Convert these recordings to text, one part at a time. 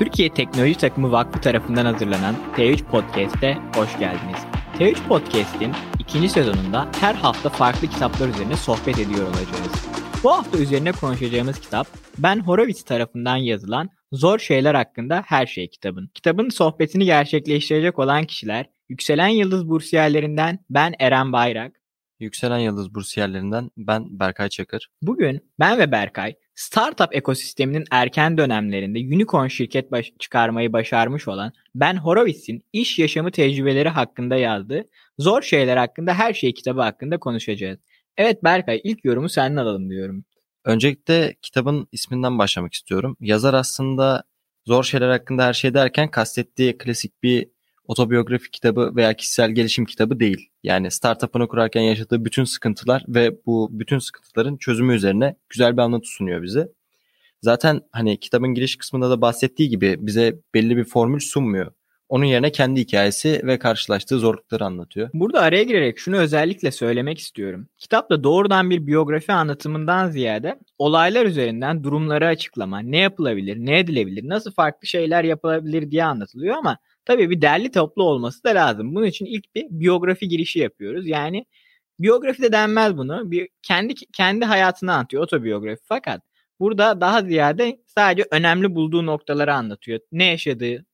Türkiye Teknoloji Takımı Vakfı tarafından hazırlanan T3 Podcast'e hoş geldiniz. T3 Podcast'in ikinci sezonunda her hafta farklı kitaplar üzerine sohbet ediyor olacağız. Bu hafta üzerine konuşacağımız kitap Ben Horowitz tarafından yazılan Zor Şeyler Hakkında Her Şey kitabın. Kitabın sohbetini gerçekleştirecek olan kişiler Yükselen Yıldız Bursiyerlerinden ben Eren Bayrak. Yükselen Yıldız Bursiyerlerinden ben Berkay Çakır. Bugün ben ve Berkay startup ekosisteminin erken dönemlerinde unicorn şirket çıkarmayı başarmış olan Ben Horowitz'in iş yaşamı tecrübeleri hakkında yazdığı Zor Şeyler Hakkında Her Şey kitabı hakkında konuşacağız. Evet Berkay, ilk yorumu senden alalım diyorum. Öncelikle kitabın isminden başlamak istiyorum. Yazar aslında zor şeyler hakkında her şey derken kastettiği klasik bir otobiyografi kitabı veya kişisel gelişim kitabı değil. Yani startup'ını kurarken yaşadığı bütün sıkıntılar ve bu bütün sıkıntıların çözümü üzerine güzel bir anlatı sunuyor bize. Zaten hani kitabın giriş kısmında da bahsettiği gibi bize belli bir formül sunmuyor. Onun yerine kendi hikayesi ve karşılaştığı zorlukları anlatıyor. Burada araya girerek şunu özellikle söylemek istiyorum. Kitapta doğrudan bir biyografi anlatımından ziyade olaylar üzerinden durumları açıklama, ne yapılabilir, ne edilebilir, nasıl farklı şeyler yapılabilir diye anlatılıyor ama tabii bir derli toplu olması da lazım. Bunun için ilk bir biyografi girişi yapıyoruz. Yani biyografi de denmez bunu. Bir kendi hayatını anlatıyor, otobiyografi. Fakat burada daha ziyade sadece önemli bulduğu noktaları anlatıyor. Ne yaşadığı,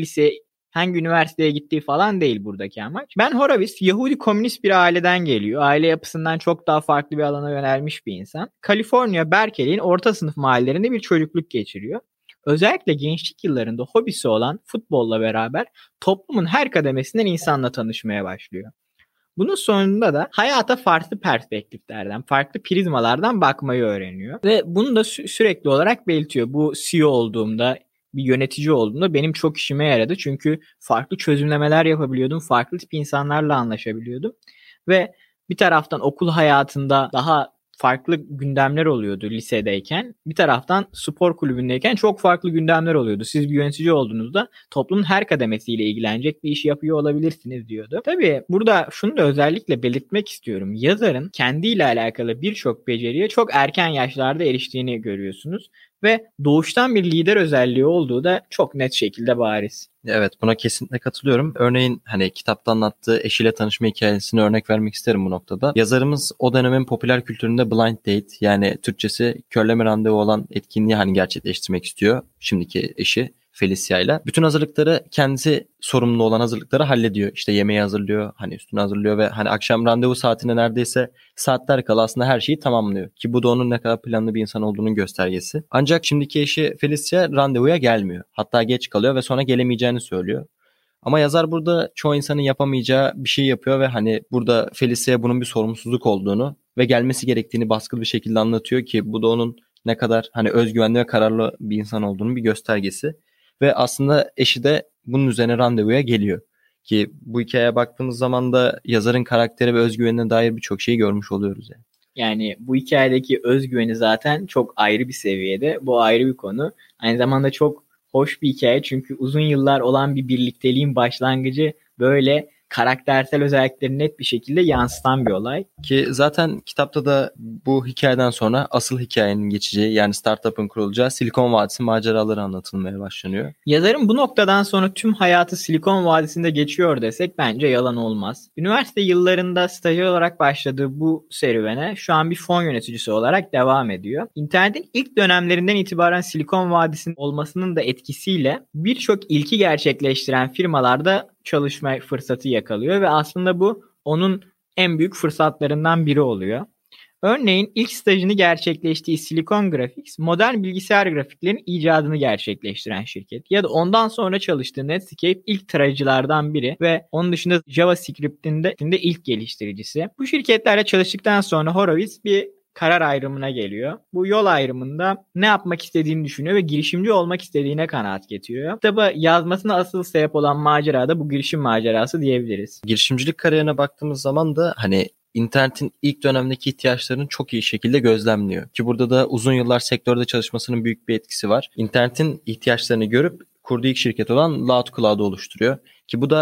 hangi üniversiteye gittiği falan değil buradaki amaç. Ben Horowitz Yahudi komünist bir aileden geliyor. Aile yapısından çok daha farklı bir alana yönelmiş bir insan. Kaliforniya Berkeley'in orta sınıf mahallelerinde bir çocukluk geçiriyor. Özellikle gençlik yıllarında hobisi olan futbolla beraber toplumun her kademesinden insanla tanışmaya başlıyor. Bunun sonunda da hayata farklı perspektiflerden, farklı prizmalardan bakmayı öğreniyor. Ve bunu da sürekli olarak belirtiyor. Bu CEO olduğumda, bir yönetici olduğumda benim çok işime yaradı. Çünkü farklı çözümlemeler yapabiliyordum. Farklı tip insanlarla anlaşabiliyordum. Ve bir taraftan okul hayatında daha farklı gündemler oluyordu lisedeyken. Bir taraftan spor kulübündeyken çok farklı gündemler oluyordu. Siz bir yönetici olduğunuzda toplumun her kademesiyle ilgilenecek bir iş yapıyor olabilirsiniz diyordu. Tabii burada şunu da özellikle belirtmek istiyorum. Yazarın kendiyle alakalı birçok beceriye çok erken yaşlarda eriştiğini görüyorsunuz. Ve doğuştan bir lider özelliği olduğu da çok net şekilde bariz. Evet, buna kesinlikle katılıyorum. Örneğin hani kitapta anlattığı eşiyle tanışma hikayesini örnek vermek isterim bu noktada. Yazarımız o dönemin popüler kültüründe blind date, yani Türkçesi körleme randevu olan etkinliği hani gerçekleştirmek istiyor şimdiki eşi Felicia'yla. Bütün hazırlıkları kendisi sorumlu olan hazırlıkları hallediyor. İşte yemeği hazırlıyor, hani üstünü hazırlıyor ve hani akşam randevu saatine neredeyse saatler kala aslında her şeyi tamamlıyor. Ki bu da onun ne kadar planlı bir insan olduğunun göstergesi. Ancak şimdiki eşi Felicia randevuya gelmiyor. Hatta geç kalıyor ve sonra gelemeyeceğini söylüyor. Ama yazar burada çoğu insanın yapamayacağı bir şey yapıyor ve hani burada Felicia'ya bunun bir sorumsuzluk olduğunu ve gelmesi gerektiğini baskılı bir şekilde anlatıyor ki bu da onun ne kadar hani özgüvenli ve kararlı bir insan olduğunun bir göstergesi. Ve aslında eşi de bunun üzerine randevuya geliyor. Ki bu hikayeye baktığımız zaman da yazarın karakteri ve özgüvenine dair birçok şeyi görmüş oluyoruz yani. Yani bu hikayedeki özgüveni zaten çok ayrı bir seviyede. Bu ayrı bir konu. Aynı zamanda çok hoş bir hikaye. Çünkü uzun yıllar olan bir birlikteliğin başlangıcı böyle karaktersel özellikleri net bir şekilde yansıtan bir olay. Ki zaten kitapta da bu hikayeden sonra asıl hikayenin geçeceği, yani startup'ın kurulacağı Silikon Vadisi maceraları anlatılmaya başlanıyor. Yazarın bu noktadan sonra tüm hayatı Silikon Vadisi'nde geçiyor desek bence yalan olmaz. Üniversite yıllarında stajyer olarak başladığı bu serüvene şu an bir fon yöneticisi olarak devam ediyor. İnternetin ilk dönemlerinden itibaren Silikon Vadisi'nin olmasının da etkisiyle birçok ilki gerçekleştiren firmalarda çalışma fırsatı yakalıyor ve aslında bu onun en büyük fırsatlarından biri oluyor. Örneğin ilk stajını gerçekleştiği Silicon Graphics, modern bilgisayar grafiklerinin icadını gerçekleştiren şirket. Ya da ondan sonra çalıştığı Netscape ilk tarayıcılardan biri ve onun dışında JavaScript'in de ilk geliştiricisi. Bu şirketlerle çalıştıktan sonra Horowitz bir karar ayrımına geliyor. Bu yol ayrımında ne yapmak istediğini düşünüyor ve girişimci olmak istediğine kanaat getiriyor. Kitabı yazmasına asıl sebep olan macera da bu girişim macerası diyebiliriz. Girişimcilik kariyerine baktığımız zaman da hani internetin ilk dönemdeki ihtiyaçlarını çok iyi şekilde gözlemliyor. Ki burada da uzun yıllar sektörde çalışmasının büyük bir etkisi var. İnternetin ihtiyaçlarını görüp kurduğu ilk şirket olan Loud Cloud'u oluşturuyor. Ki bu da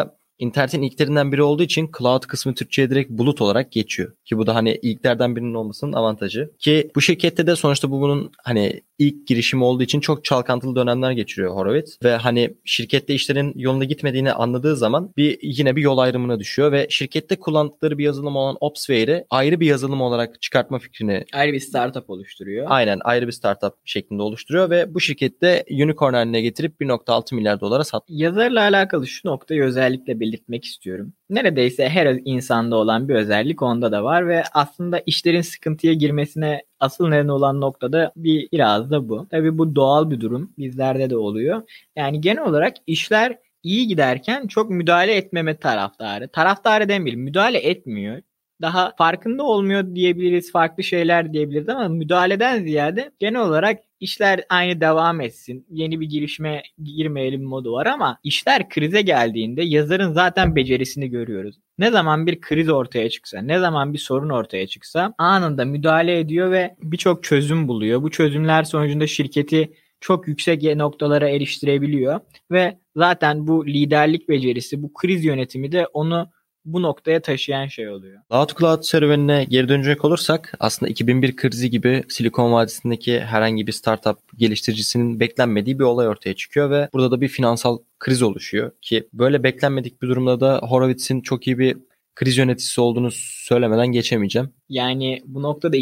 internetin ilklerinden biri olduğu için cloud kısmı Türkçe'ye direkt bulut olarak geçiyor. Ki bu da hani ilklerden birinin olmasının avantajı. Ki bu şirkette de sonuçta bu bunun hani ilk girişimi olduğu için çok çalkantılı dönemler geçiriyor Horowitz. Ve hani şirkette işlerin yolunda gitmediğini anladığı zaman yine bir yol ayrımına düşüyor ve şirkette kullandıkları bir yazılım olan Opsware'i ayrı bir yazılım olarak çıkartma fikrini ayrı bir startup oluşturuyor. Aynen, ayrı bir startup şeklinde oluşturuyor ve bu şirkette unicorn haline getirip 1.6 milyar dolara sattı. Yazarla alakalı şu noktayı özellikle belirtmek istiyorum. Neredeyse her insanda olan bir özellik onda da var ve aslında işlerin sıkıntıya girmesine asıl neden olan noktada biraz da bu. Tabii bu doğal bir durum. Bizlerde de oluyor. Yani genel olarak işler iyi giderken çok müdahale etmeme taraftarı. Taraftarı demeyelim, müdahale etmiyor. Daha farkında olmuyor diyebiliriz, farklı şeyler diyebiliriz ama müdahaleden ziyade genel olarak işler aynı devam etsin, yeni bir girişime girmeyelim modu var ama işler krize geldiğinde yazarın zaten becerisini görüyoruz. Ne zaman bir kriz ortaya çıksa, ne zaman bir sorun ortaya çıksa anında müdahale ediyor ve birçok çözüm buluyor. Bu çözümler sonucunda şirketi çok yüksek noktalara eriştirebiliyor ve zaten bu liderlik becerisi, bu kriz yönetimi de onu bu noktaya taşıyan şey oluyor. Cloud serüvenine geri dönecek olursak aslında 2001 krizi gibi Silikon Vadisi'ndeki herhangi bir startup geliştiricisinin beklenmediği bir olay ortaya çıkıyor ve burada da bir finansal kriz oluşuyor ki böyle beklenmedik bir durumda da Horowitz'in çok iyi bir kriz yöneticisi olduğunu söylemeden geçemeyeceğim. Yani bu noktada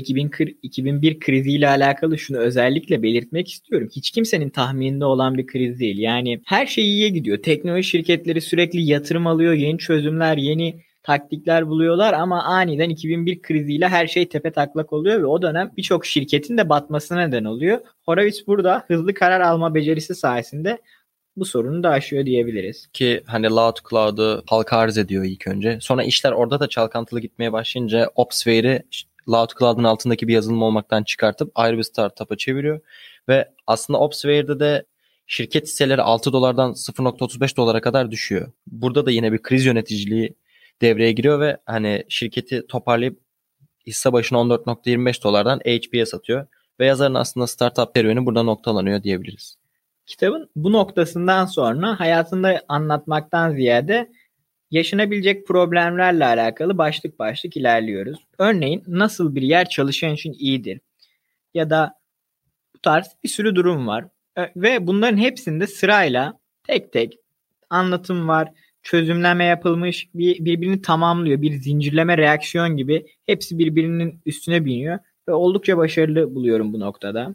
2001 kriziyle alakalı şunu özellikle belirtmek istiyorum. Hiç kimsenin tahmininde olan bir kriz değil. Yani her şey iyiye gidiyor. Teknoloji şirketleri sürekli yatırım alıyor, yeni çözümler, yeni taktikler buluyorlar ama aniden 2001 kriziyle her şey tepetaklak oluyor ve o dönem birçok şirketin de batmasına neden oluyor. Horowitz burada hızlı karar alma becerisi sayesinde bu sorunu da aşıyor diyebiliriz. Ki hani Cloud'u halka arz ediyor ilk önce. Sonra işler orada da çalkantılı gitmeye başlayınca Opsware'i Cloud'un altındaki bir yazılım olmaktan çıkartıp ayrı bir startup'a çeviriyor. Ve aslında Opsware'de de şirket hisseleri 6 dolardan 0.35 dolara kadar düşüyor. Burada da yine bir kriz yöneticiliği devreye giriyor ve hani şirketi toparlayıp hisse başına 14.25 dolardan HP'ye satıyor. Ve yazarın aslında startup serüveni burada noktalanıyor diyebiliriz. Kitabın bu noktasından sonra hayatında anlatmaktan ziyade yaşanabilecek problemlerle alakalı başlık başlık ilerliyoruz. Örneğin nasıl bir yer çalışan için iyidir? Ya da bu tarz bir sürü durum var. Ve bunların hepsinde sırayla tek tek anlatım var. Çözümleme yapılmış, birbirini tamamlıyor. Bir zincirleme reaksiyon gibi hepsi birbirinin üstüne biniyor. Ve oldukça başarılı buluyorum bu noktada.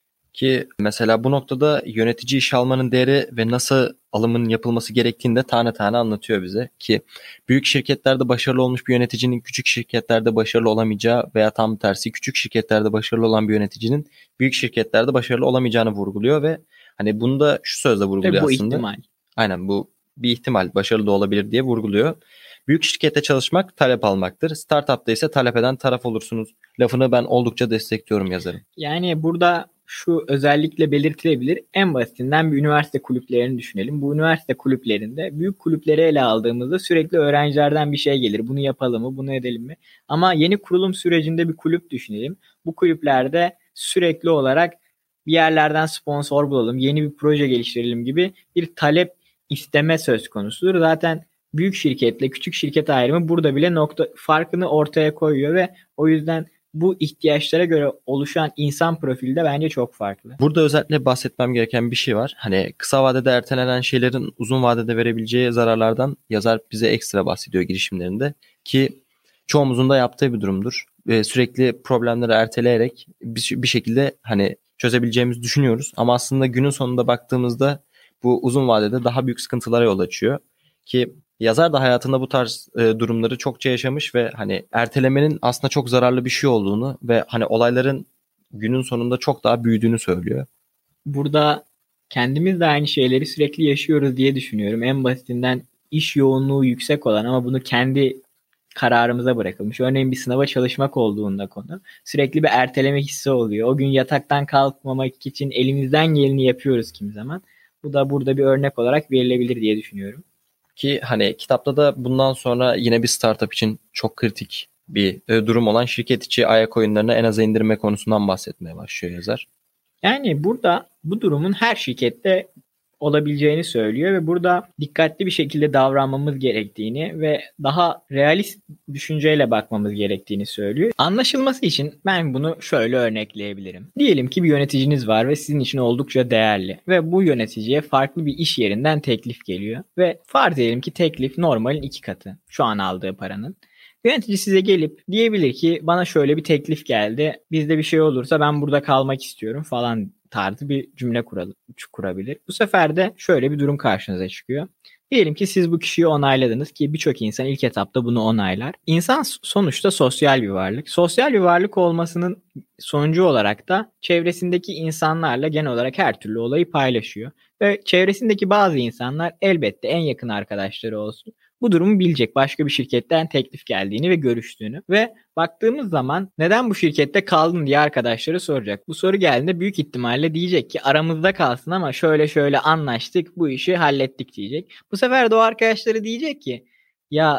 Ki mesela bu noktada yönetici işe almanın değeri ve nasıl alımın yapılması gerektiğini de tane tane anlatıyor bize. Ki büyük şirketlerde başarılı olmuş bir yöneticinin küçük şirketlerde başarılı olamayacağı veya tam tersi küçük şirketlerde başarılı olan bir yöneticinin büyük şirketlerde başarılı olamayacağını vurguluyor ve hani bunu da şu sözle vurguluyor bu aslında. Ihtimal. Aynen, bu bir ihtimal, başarılı da olabilir diye vurguluyor. Büyük şirkette çalışmak talep almaktır. Startup'ta ise talep eden taraf olursunuz. Lafını ben oldukça destekliyorum yazarım. Yani burada şu özellikle belirtilebilir. En basitinden bir üniversite kulüplerini düşünelim. Bu üniversite kulüplerinde büyük kulüpleri ele aldığımızda sürekli öğrencilerden bir şey gelir. Bunu yapalım mı, bunu edelim mi? Ama yeni kurulum sürecinde bir kulüp düşünelim. Bu kulüplerde sürekli olarak bir yerlerden sponsor bulalım, yeni bir proje geliştirelim gibi bir talep isteme söz konusudur. Zaten büyük şirketle küçük şirket ayrımı burada bile farkını ortaya koyuyor ve o yüzden bu ihtiyaçlara göre oluşan insan profili de bence çok farklı. Burada özellikle bahsetmem gereken bir şey var. Hani kısa vadede ertelenen şeylerin uzun vadede verebileceği zararlardan yazar bize ekstra bahsediyor girişimlerinde. Ki çoğumuzun da yaptığı bir durumdur. Sürekli problemleri erteleyerek bir şekilde hani çözebileceğimizi düşünüyoruz. Ama aslında günün sonunda baktığımızda bu uzun vadede daha büyük sıkıntılara yol açıyor. Ki yazar da hayatında bu tarz durumları çokça yaşamış ve hani ertelemenin aslında çok zararlı bir şey olduğunu ve hani olayların günün sonunda çok daha büyüdüğünü söylüyor. Burada kendimiz de aynı şeyleri sürekli yaşıyoruz diye düşünüyorum. En basitinden iş yoğunluğu yüksek olan ama bunu kendi kararımıza bırakılmış. Örneğin bir sınava çalışmak olduğunda konu sürekli bir erteleme hissi oluyor. O gün yataktan kalkmamak için elimizden geleni yapıyoruz kimi zaman. Bu da burada bir örnek olarak verilebilir diye düşünüyorum. Ki hani kitapta da bundan sonra yine bir startup için çok kritik bir durum olan şirket içi ayak oyunlarına en aza indirme konusundan bahsetmeye başlıyor yazar. Yani burada bu durumun her şirkette olabileceğini söylüyor ve burada dikkatli bir şekilde davranmamız gerektiğini ve daha realist düşünceyle bakmamız gerektiğini söylüyor. Anlaşılması için ben bunu şöyle örnekleyebilirim. Diyelim ki bir yöneticiniz var ve sizin için oldukça değerli ve bu yöneticiye farklı bir iş yerinden teklif geliyor ve farz edelim ki teklif normalin 2 katı şu an aldığı paranın. Yönetici size gelip diyebilir ki bana şöyle bir teklif geldi. Bizde bir şey olursa ben burada kalmak istiyorum falan tarzı bir cümle kurabilir. Bu sefer de şöyle bir durum karşınıza çıkıyor. Diyelim ki siz bu kişiyi onayladınız ki birçok insan ilk etapta bunu onaylar. İnsan sonuçta sosyal bir varlık. Sosyal bir varlık olmasının sonucu olarak da çevresindeki insanlarla genel olarak her türlü olayı paylaşıyor. Ve çevresindeki bazı insanlar elbette en yakın arkadaşları olsun, bu durumu bilecek, başka bir şirketten teklif geldiğini ve görüştüğünü ve baktığımız zaman neden bu şirkette kaldın diye arkadaşları soracak. Bu soru geldiğinde büyük ihtimalle diyecek ki aramızda kalsın ama şöyle şöyle anlaştık, bu işi hallettik diyecek. Bu sefer de o arkadaşları diyecek ki ya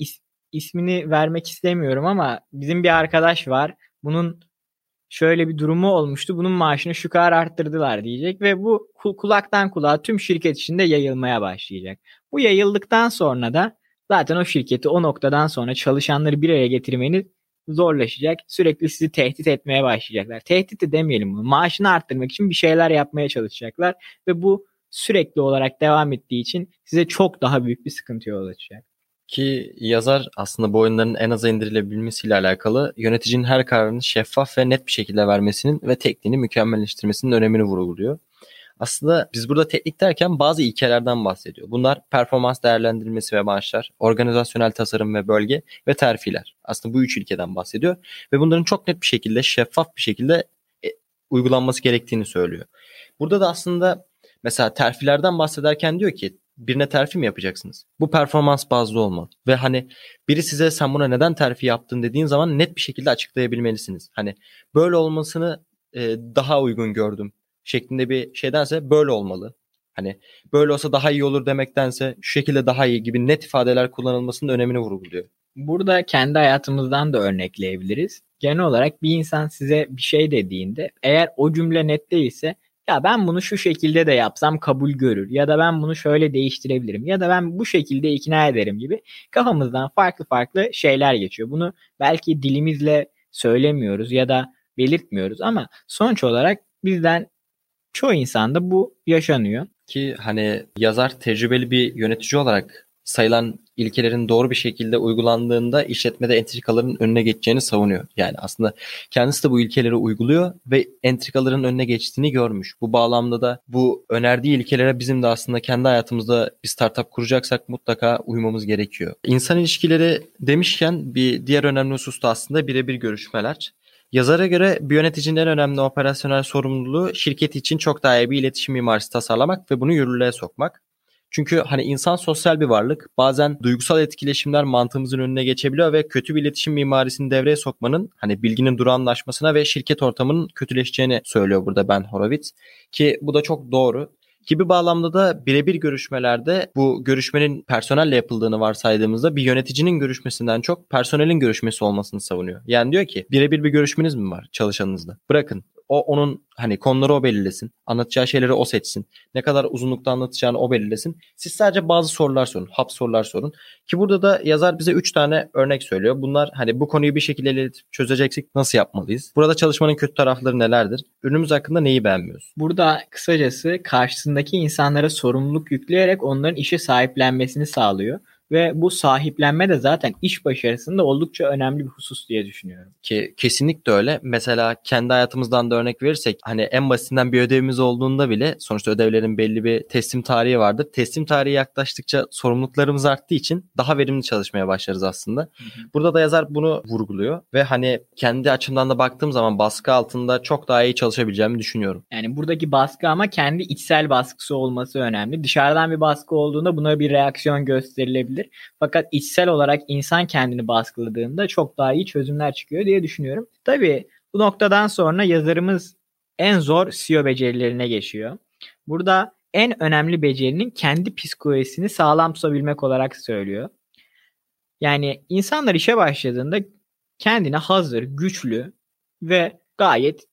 ismini vermek istemiyorum ama bizim bir arkadaş var, bunun şöyle bir durumu olmuştu, bunun maaşını şu kadar arttırdılar diyecek ve bu kulaktan kulağa tüm şirket içinde yayılmaya başlayacak. Bu yayıldıktan sonra da zaten o şirketi o noktadan sonra çalışanları bir araya getirmeniz zorlaşacak. Sürekli sizi tehdit etmeye başlayacaklar. Tehdit de demeyelim bunu. Maaşını arttırmak için bir şeyler yapmaya çalışacaklar ve bu sürekli olarak devam ettiği için size çok daha büyük bir sıkıntı yol açacak. Ki yazar aslında bu oyunların en aza indirilebilmesiyle alakalı yöneticinin her kararını şeffaf ve net bir şekilde vermesinin ve tekniğini mükemmelleştirmesinin önemini vurguluyor. Aslında biz burada teknik derken bazı ilkelerden bahsediyor. Bunlar performans değerlendirilmesi ve maaşlar, organizasyonel tasarım ve bölge ve terfiler. Aslında bu 3 ilkeden bahsediyor ve bunların çok net bir şekilde, şeffaf bir şekilde uygulanması gerektiğini söylüyor. Burada da aslında mesela terfilerden bahsederken diyor ki birine terfi mi yapacaksınız? Bu performans bazlı olmalı. Ve hani biri size sen buna neden terfi yaptın dediğin zaman net bir şekilde açıklayabilmelisiniz. Hani böyle olmasını daha uygun gördüm şeklinde bir şeydense böyle olmalı. Hani böyle olsa daha iyi olur demektense şu şekilde daha iyi gibi net ifadeler kullanılmasının önemini vurguluyor. Burada kendi hayatımızdan da örnekleyebiliriz. Genel olarak bir insan size bir şey dediğinde eğer o cümle net değilse ya ben bunu şu şekilde de yapsam kabul görür ya da ben bunu şöyle değiştirebilirim ya da ben bu şekilde ikna ederim gibi kafamızdan farklı farklı şeyler geçiyor. Bunu belki dilimizle söylemiyoruz ya da belirtmiyoruz ama sonuç olarak bizden çoğu insanda bu yaşanıyor. Ki hani yazar tecrübeli bir yönetici olarak sayılan ilkelerin doğru bir şekilde uygulandığında işletmede entrikaların önüne geçeceğini savunuyor. Yani aslında kendisi de bu ilkeleri uyguluyor ve entrikaların önüne geçtiğini görmüş. Bu bağlamda da bu önerdiği ilkelere bizim de aslında kendi hayatımızda bir startup kuracaksak mutlaka uymamız gerekiyor. İnsan ilişkileri demişken bir diğer önemli husus da aslında birebir görüşmeler. Yazara göre bir yöneticinin en önemli operasyonel sorumluluğu şirket için çok daha iyi bir iletişim mimarisi tasarlamak ve bunu yürürlüğe sokmak. Çünkü hani insan sosyal bir varlık. Bazen duygusal etkileşimler mantığımızın önüne geçebiliyor ve kötü bir iletişim mimarisini devreye sokmanın hani bilginin durağanlaşmasına ve şirket ortamının kötüleşeceğini söylüyor burada Ben Horowitz. Ki bu da çok doğru. Ki bir bağlamda da birebir görüşmelerde bu görüşmenin personelle yapıldığını varsaydığımızda bir yöneticinin görüşmesinden çok personelin görüşmesi olmasını savunuyor. Yani diyor ki birebir bir görüşmeniz mi var çalışanınızla? Bırakın. Onun hani konuları o belirlesin. Anlatacağı şeyleri o seçsin. Ne kadar uzunlukta anlatacağını o belirlesin. Siz sadece bazı sorular sorun. Hap sorular sorun. Ki burada da yazar bize 3 tane örnek söylüyor. Bunlar hani bu konuyu bir şekilde çözeceksek nasıl yapmalıyız? Burada çalışmanın kötü tarafları nelerdir? Ürünümüz hakkında neyi beğenmiyoruz? Burada kısacası karşısındaki insanlara sorumluluk yükleyerek onların işe sahiplenmesini sağlıyor. Ve bu sahiplenme de zaten iş başarısında oldukça önemli bir husus diye düşünüyorum. Ki kesinlikle öyle. Mesela kendi hayatımızdan da örnek verirsek hani en basitinden bir ödevimiz olduğunda bile sonuçta ödevlerin belli bir teslim tarihi vardır. Teslim tarihi yaklaştıkça sorumluluklarımız arttığı için daha verimli çalışmaya başlarız aslında. Hı hı. Burada da yazar bunu vurguluyor ve hani kendi açımdan da baktığım zaman baskı altında çok daha iyi çalışabileceğimi düşünüyorum. Yani buradaki baskı ama kendi içsel baskısı olması önemli. Dışarıdan bir baskı olduğunda buna bir reaksiyon gösterilebilir. Fakat içsel olarak insan kendini baskıladığında çok daha iyi çözümler çıkıyor diye düşünüyorum. Tabii bu noktadan sonra yazarımız en zor CEO becerilerine geçiyor. Burada en önemli becerinin kendi psikolojisini sağlam tutabilmek olarak söylüyor. Yani insanlar işe başladığında kendine hazır, güçlü ve gayet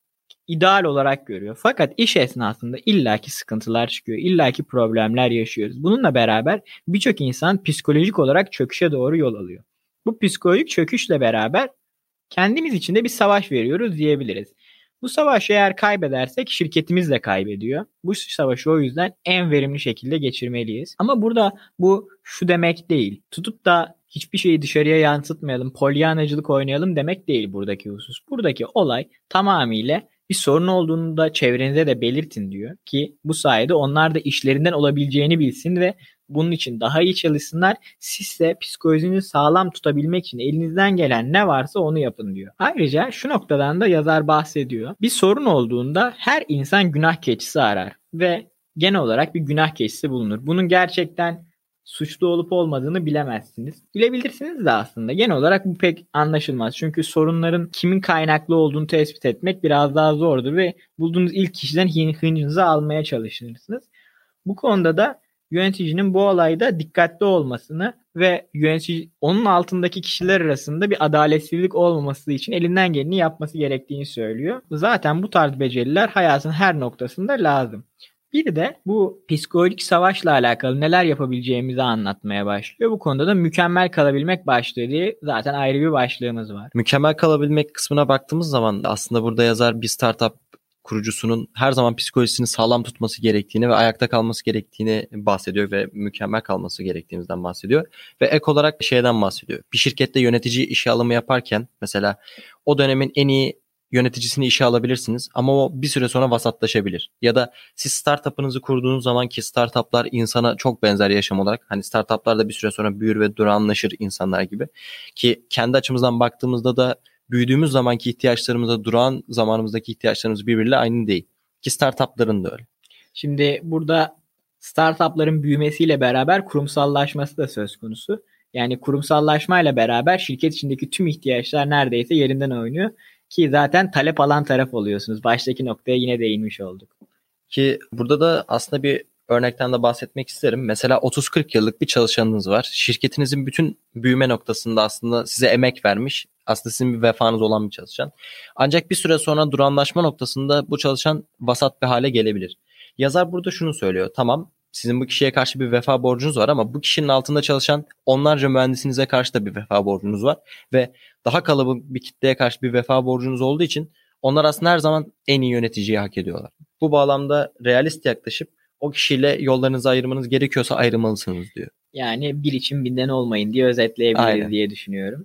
ideal olarak görüyor. Fakat iş esnasında illaki sıkıntılar çıkıyor, illaki problemler yaşıyoruz. Bununla beraber birçok insan psikolojik olarak çöküşe doğru yol alıyor. Bu psikolojik çöküşle beraber kendimiz için de bir savaş veriyoruz diyebiliriz. Bu savaşı eğer kaybedersek şirketimiz de kaybediyor. Bu savaşı o yüzden en verimli şekilde geçirmeliyiz. Ama burada bu şu demek değil. Tutup da hiçbir şeyi dışarıya yansıtmayalım, polyanacılık oynayalım demek değil buradaki husus. Buradaki olay tamamıyla bir sorun olduğunu da çevrenize de belirtin diyor ki bu sayede onlar da işlerinden olabileceğini bilsin ve bunun için daha iyi çalışsınlar. Siz de psikolojinizi sağlam tutabilmek için elinizden gelen ne varsa onu yapın diyor. Ayrıca şu noktadan da yazar bahsediyor. Bir sorun olduğunda her insan günah keçisi arar ve genel olarak bir günah keçisi bulunur. Bunun gerçekten suçlu olup olmadığını bilemezsiniz. Bilebilirsiniz de aslında. Genel olarak bu pek anlaşılmaz. Çünkü sorunların kimin kaynaklı olduğunu tespit etmek biraz daha zordur ve bulduğunuz ilk kişiden hıncınızı almaya çalışırsınız. Bu konuda da yöneticinin bu olayda dikkatli olmasını ve yönetici onun altındaki kişiler arasında bir adaletsizlik olmaması için elinden geleni yapması gerektiğini söylüyor. Zaten bu tarz beceriler hayatın her noktasında lazım. Bir de bu psikolojik savaşla alakalı neler yapabileceğimizi anlatmaya başlıyor. Bu konuda da mükemmel kalabilmek başlığı diye zaten ayrı bir başlığımız var. Mükemmel kalabilmek kısmına baktığımız zaman aslında burada yazar bir startup kurucusunun her zaman psikolojisini sağlam tutması gerektiğini ve ayakta kalması gerektiğini bahsediyor ve mükemmel kalması gerektiğimizden bahsediyor. Ve ek olarak şeyden bahsediyor. Bir şirkette yönetici işe alımı yaparken mesela o dönemin en iyi yöneticisini işe alabilirsiniz ama o bir süre sonra vasatlaşabilir. Ya da siz startup'ınızı kurduğunuz zaman ki startup'lar insana çok benzer yaşam olarak hani startup'lar da bir süre sonra büyür ve durağanlaşır insanlar gibi. Ki kendi açımızdan baktığımızda da büyüdüğümüz zamanki ihtiyaçlarımızla durağan zamanımızdaki ihtiyaçlarımız birbiriyle aynı değil. Ki startup'ların da öyle. Şimdi burada startup'ların büyümesiyle beraber kurumsallaşması da söz konusu. Yani kurumsallaşmayla beraber şirket içindeki tüm ihtiyaçlar neredeyse yerinden oynuyor. Ki zaten talep alan taraf oluyorsunuz. Baştaki noktaya yine değinmiş olduk. Ki burada da aslında bir örnekten de bahsetmek isterim. Mesela 30-40 yıllık bir çalışanınız var. Şirketinizin bütün büyüme noktasında aslında size emek vermiş. Aslında sizin bir vefanız olan bir çalışan. Ancak bir süre sonra durağanlaşma noktasında bu çalışan vasat bir hale gelebilir. Yazar burada şunu söylüyor. Tamam, sizin bu kişiye karşı bir vefa borcunuz var ama bu kişinin altında çalışan onlarca mühendisinize karşı da bir vefa borcunuz var. Ve daha kalabalık bir kitleye karşı bir vefa borcunuz olduğu için onlar aslında her zaman en iyi yöneticiyi hak ediyorlar. Bu bağlamda realist yaklaşıp o kişiyle yollarınızı ayırmanız gerekiyorsa ayrılmalısınız diyor. Yani bir için binden olmayın diye özetleyebiliriz Aynen diye düşünüyorum.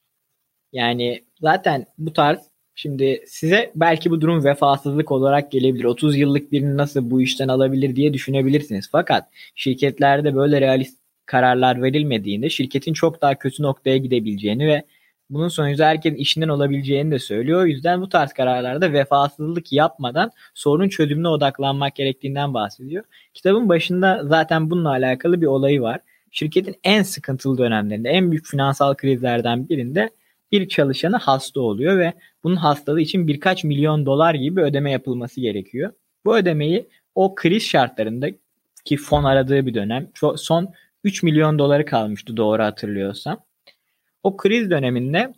Yani zaten bu tarz şimdi size belki bu durum vefasızlık olarak gelebilir. 30 yıllık birini nasıl bu işten alabilir diye düşünebilirsiniz. Fakat şirketlerde böyle realist kararlar verilmediğinde şirketin çok daha kötü noktaya gidebileceğini ve bunun sonucu herkesin işinden olabileceğini de söylüyor. O yüzden bu tarz kararlarda vefasızlık yapmadan sorunun çözümüne odaklanmak gerektiğinden bahsediyor. Kitabın başında zaten bununla alakalı bir olayı var. Şirketin en sıkıntılı dönemlerinde, en büyük finansal krizlerden birinde bir çalışanı hasta oluyor ve bunun hastalığı için birkaç milyon dolar gibi bir ödeme yapılması gerekiyor. Bu ödemeyi o kriz şartlarında ki fon aradığı bir dönem son 3 milyon doları kalmıştı doğru hatırlıyorsam. O kriz döneminde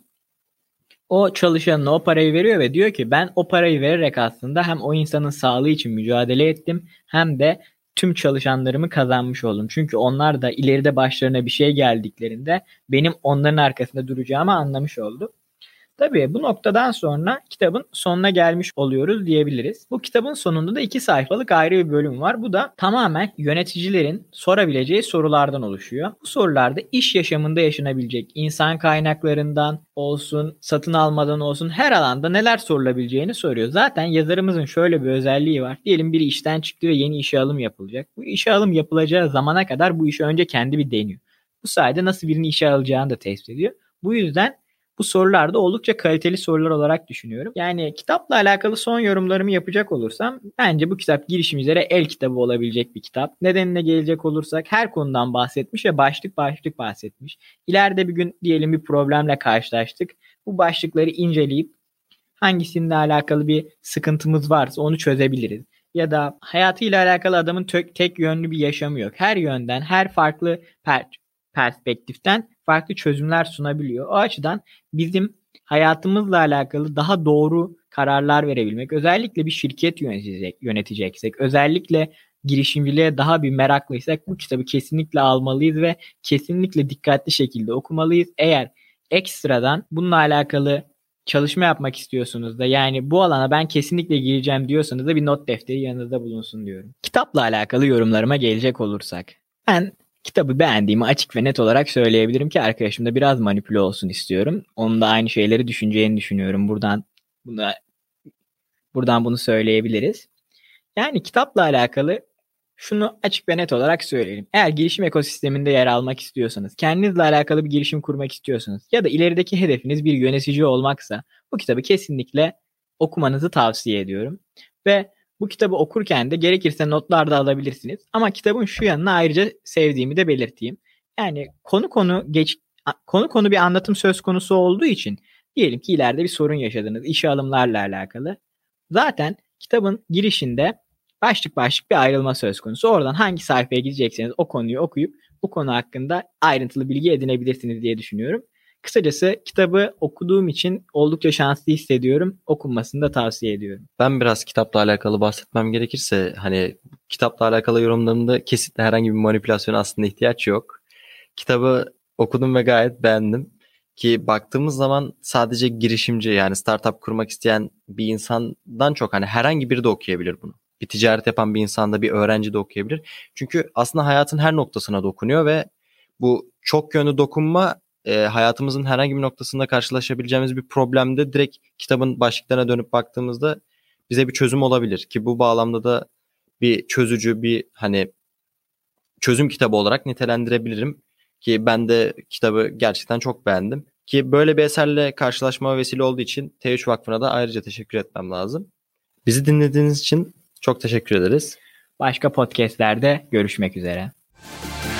o çalışanına o parayı veriyor ve diyor ki ben o parayı vererek aslında hem o insanın sağlığı için mücadele ettim hem de tüm çalışanlarımı kazanmış oldum. Çünkü onlar da ileride başlarına bir şey geldiklerinde benim onların arkasında duracağımı anlamış oldu. Tabii bu noktadan sonra kitabın sonuna gelmiş oluyoruz diyebiliriz. Bu kitabın sonunda da 2 sayfalık ayrı bir bölüm var. Bu da tamamen yöneticilerin sorabileceği sorulardan oluşuyor. Bu sorularda iş yaşamında yaşanabilecek insan kaynaklarından olsun, satın almadan olsun her alanda neler sorulabileceğini soruyor. Zaten yazarımızın şöyle bir özelliği var. Diyelim biri işten çıktı ve yeni işe alım yapılacak. Bu işe alım yapılacağı zamana kadar bu işi önce kendi bir deniyor. Bu sayede nasıl birini işe alacağını da tespit ediyor. Bu yüzden bu sorular da oldukça kaliteli sorular olarak düşünüyorum. Yani kitapla alakalı son yorumlarımı yapacak olursam bence bu kitap girişimcilere el kitabı olabilecek bir kitap. Nedenine gelecek olursak her konudan bahsetmiş ve başlık başlık bahsetmiş. İleride bir gün diyelim bir problemle karşılaştık. Bu başlıkları inceleyip hangisinde alakalı bir sıkıntımız varsa onu çözebiliriz. Ya da hayatıyla alakalı adamın tek yönlü bir yaşamı yok. Her yönden, her farklı perspektiften farklı çözümler sunabiliyor. O açıdan bizim hayatımızla alakalı daha doğru kararlar verebilmek, özellikle bir şirket yöneteceksek, özellikle girişimciliğe daha bir meraklıysak bu kitabı kesinlikle almalıyız ve kesinlikle dikkatli şekilde okumalıyız. Eğer ekstradan bununla alakalı çalışma yapmak istiyorsunuz da, yani bu alana ben kesinlikle gireceğim diyorsanız da bir not defteri yanınızda bulunsun diyorum. Kitapla alakalı yorumlarıma gelecek olursak, ben kitabı beğendiğimi açık ve net olarak söyleyebilirim ki arkadaşım da biraz manipüle olsun istiyorum. Onun da aynı şeyleri düşüneceğini düşünüyorum. Buradan bunu söyleyebiliriz. Yani kitapla alakalı şunu açık ve net olarak söyleyelim. Eğer girişim ekosisteminde yer almak istiyorsanız, kendinizle alakalı bir girişim kurmak istiyorsanız ya da ilerideki hedefiniz bir yönetici olmaksa bu kitabı kesinlikle okumanızı tavsiye ediyorum. Ve bu kitabı okurken de gerekirse notlar da alabilirsiniz. Ama kitabın şu yanına ayrıca sevdiğimi de belirteyim. Yani konu bir anlatım söz konusu olduğu için, diyelim ki ileride bir sorun yaşadınız işe alımlarla alakalı. Zaten kitabın girişinde başlık bir ayrılma söz konusu. Oradan hangi sayfaya gidecekseniz o konuyu okuyup bu konu hakkında ayrıntılı bilgi edinebilirsiniz diye düşünüyorum. Kısacası kitabı okuduğum için oldukça şanslı hissediyorum. Okunmasını da tavsiye ediyorum. Ben biraz kitapla alakalı bahsetmem gerekirse, hani kitapla alakalı yorumlarımda kesinlikle herhangi bir manipülasyona aslında ihtiyaç yok. Kitabı okudum ve gayet beğendim. Ki baktığımız zaman sadece girişimci, yani startup kurmak isteyen bir insandan çok hani herhangi biri de okuyabilir bunu. Bir ticaret yapan bir insan da, bir öğrenci de okuyabilir. Çünkü aslında hayatın her noktasına dokunuyor ve bu çok yönlü dokunma hayatımızın herhangi bir noktasında karşılaşabileceğimiz bir problemde direkt kitabın başlıklarına dönüp baktığımızda bize bir çözüm olabilir. Ki bu bağlamda da bir çözücü, bir hani çözüm kitabı olarak nitelendirebilirim. Ki ben de kitabı gerçekten çok beğendim. Ki böyle bir eserle karşılaşma vesile olduğu için T3 Vakfı'na da ayrıca teşekkür etmem lazım. Bizi dinlediğiniz için çok teşekkür ederiz. Başka podcastlerde görüşmek üzere.